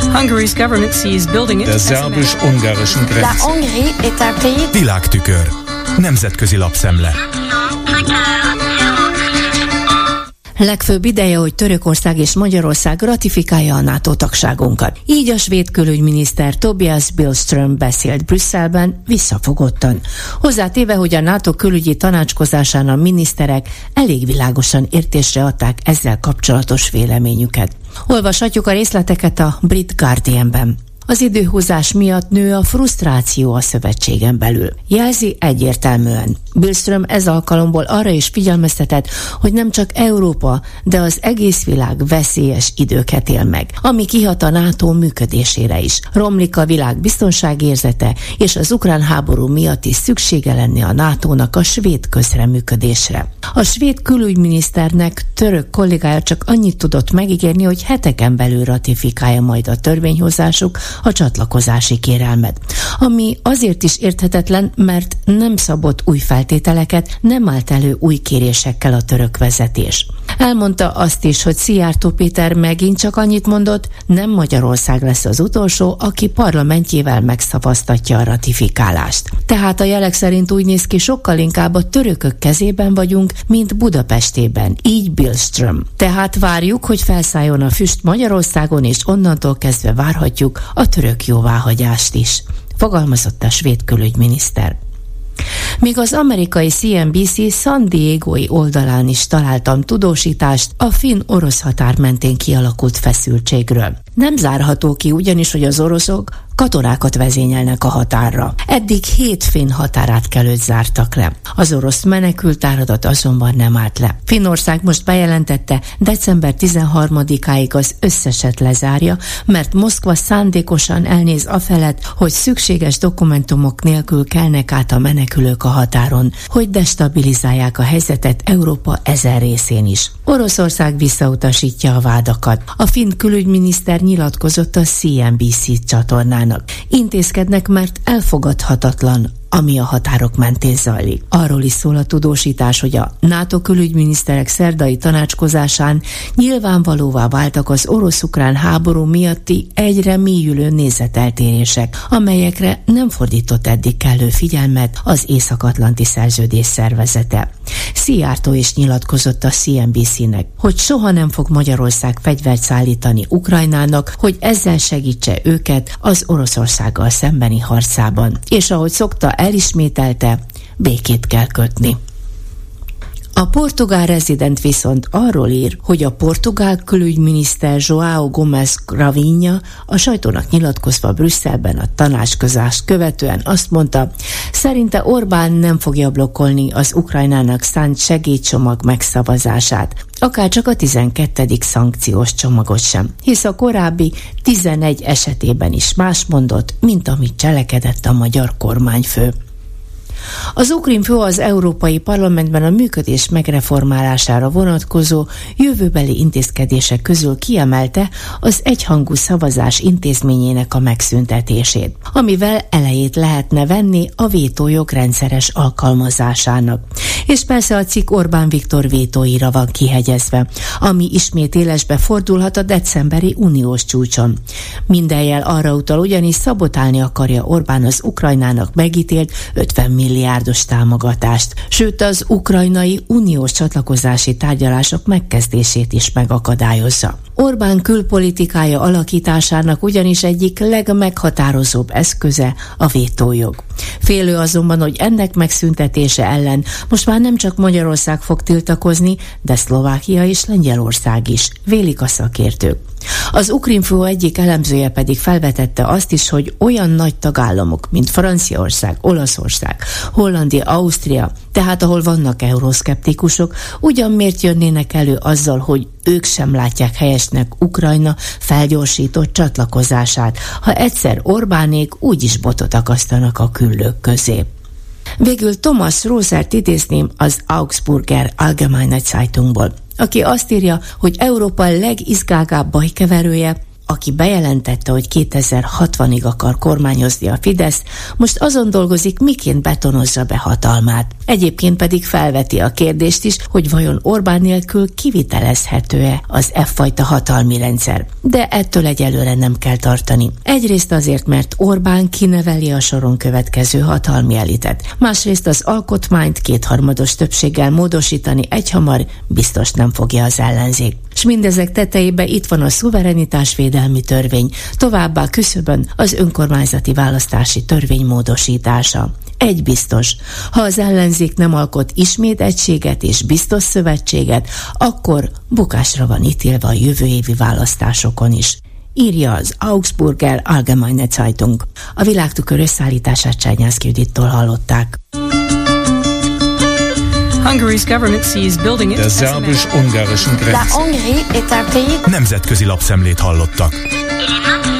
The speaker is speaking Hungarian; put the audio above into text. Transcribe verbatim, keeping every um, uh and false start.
Hungary's government sees building it. Der szerbus-ungarischen Grenze. La Hongrie est un pays. Világtükör. Nemzetközi lapszemle. Legfőbb ideje, hogy Törökország és Magyarország ratifikálja a NATO tagságunkat. Így a svéd külügyminiszter Tobias Billström beszélt Brüsszelben visszafogottan. Hozzátéve, hogy a NATO külügyi tanácskozásán a miniszterek elég világosan értésre adták ezzel kapcsolatos véleményüket. Olvashatjuk a részleteket a Brit Guardianben. Az időhúzás miatt nő a frusztráció a szövetségen belül. Jelzi egyértelműen. Billström ez alkalomból arra is figyelmeztetett, hogy nem csak Európa, de az egész világ veszélyes időket él meg, ami kihat a NATO működésére is. Romlik a világ biztonságérzete, és az ukrán háború miatt is szüksége lenne a nátónak a svéd közreműködésre. A svéd külügyminiszternek török kollégája csak annyit tudott megígérni, hogy heteken belül ratifikálja majd a törvényhozásuk a csatlakozási kérelmet. Ami azért is érthetetlen, mert nem szabott új feltételeket, nem állt elő új kérésekkel a török vezetés. Elmondta azt is, hogy Szijjártó Péter megint csak annyit mondott, nem Magyarország lesz az utolsó, aki parlamentjével megszavaztatja a ratifikálást. Tehát a jelek szerint úgy néz ki, sokkal inkább a törökök kezében vagyunk, mint Budapestében, így Billström. Tehát várjuk, hogy felszálljon a füst Magyarországon, és onnantól kezdve várhatjuk a török jóváhagyást is, fogalmazott a svéd külügyminiszter. Míg az amerikai C N B C San Diego-i oldalán is találtam tudósítást a finn-orosz határ mentén kialakult feszültségről. Nem zárható ki ugyanis, hogy az oroszok katonákat vezényelnek a határra. Eddig hét finn határátkelőt zártak le. Az orosz menekültáradat azonban nem állt le. Finnország most bejelentette, december tizenharmadikáig az összeset lezárja, mert Moszkva szándékosan elnéz afelett, hogy szükséges dokumentumok nélkül kelnek át a menekülők a határon, hogy destabilizálják a helyzetet Európa ezen részén is. Oroszország visszautasítja a vádakat. A finn külügyminiszter nyilatkozott a C N B C csatornának. Intézkednek, mert elfogadhatatlan, ami a határok mentén zajlik. Arról is szól a tudósítás, hogy a NATO külügyminiszterek szerdai tanácskozásán nyilvánvalóvá váltak az orosz-ukrán háború miatti egyre mélyülő nézeteltérések, amelyekre nem fordított eddig kellő figyelmet az Észak-Atlanti Szerződés szervezete. Szijjártó is nyilatkozott a C N B C-nek, hogy soha nem fog Magyarország fegyvert szállítani Ukrajnának, hogy ezzel segítse őket az Oroszországgal szembeni harcában. És ahogy szokta, elismételte, békét kell kötni. A portugál rezident viszont arról ír, hogy a portugál külügyminiszter João Gomes Cravinha a sajtónak nyilatkozva Brüsszelben a tanácskozást követően azt mondta, szerinte Orbán nem fogja blokkolni az Ukrajnának szánt segélycsomag megszavazását, akár csak a tizenkettedik szankciós csomagot sem, hisz a korábbi tizenegy esetében is más mondott, mint amit cselekedett a magyar kormányfő. Az Ukrinfo az Európai Parlamentben a működés megreformálására vonatkozó jövőbeli intézkedések közül kiemelte az egyhangú szavazás intézményének a megszüntetését, amivel elejét lehetne venni a vétójog rendszeres alkalmazásának. És persze a cikk Orbán Viktor vétóira van kihegyezve, ami ismét élesbe fordulhat a decemberi uniós csúcson. Minden jel arra utal, ugyanis szabotálni akarja Orbán az Ukrajnának megítélt ötven milliárdos támogatást, sőt az ukrajnai uniós csatlakozási tárgyalások megkezdését is megakadályozza. Orbán külpolitikája alakításának ugyanis egyik legmeghatározóbb eszköze a vétójog. Félő azonban, hogy ennek megszüntetése ellen most már nem csak Magyarország fog tiltakozni, de Szlovákia és Lengyelország is, vélik a szakértők. Az Ukrinfo egyik elemzője pedig felvetette azt is, hogy olyan nagy tagállamok, mint Franciaország, Olaszország, Hollandia, Ausztria, tehát ahol vannak euroszkeptikusok, ugyan miért jönnének elő azzal, hogy ők sem látják helyesnek Ukrajna felgyorsított csatlakozását, ha egyszer Orbánék úgyis botot akasztanak a küllők közé. Végül Thomas Rosert idézném az Augsburger Allgemeine Zeitungból, aki azt írja, hogy Európa legizgágább bajkeverője aki bejelentette, hogy kétezer-hatvanig akar kormányozni a Fidesz, most azon dolgozik, miként betonozza be hatalmát. Egyébként pedig felveti a kérdést is, hogy vajon Orbán nélkül kivitelezhető-e az e-fajta hatalmi rendszer. De ettől egyelőre nem kell tartani. Egyrészt azért, mert Orbán kineveli a soron következő hatalmi elitet. Másrészt az alkotmányt kétharmados többséggel módosítani egyhamar biztos nem fogja az ellenzék. S mindezek tetejében itt van a szuverenitásvédelmi törvény, továbbá küszöbön az önkormányzati választási törvény módosítása. Egy biztos, ha az ellenzék nem alkot ismét egységet és biztos szövetséget, akkor bukásra van ítélve a jövő évi választásokon is. Írja az Augsburger Allgemeine Zeitung. A Világtükör összeállítását Csányászki Judittól hallották. Hungary's government sees building it Der as an szerbus-ungarischen La Grenze. Hongrie est un pays Nemzetközi lapszemlét hallottak.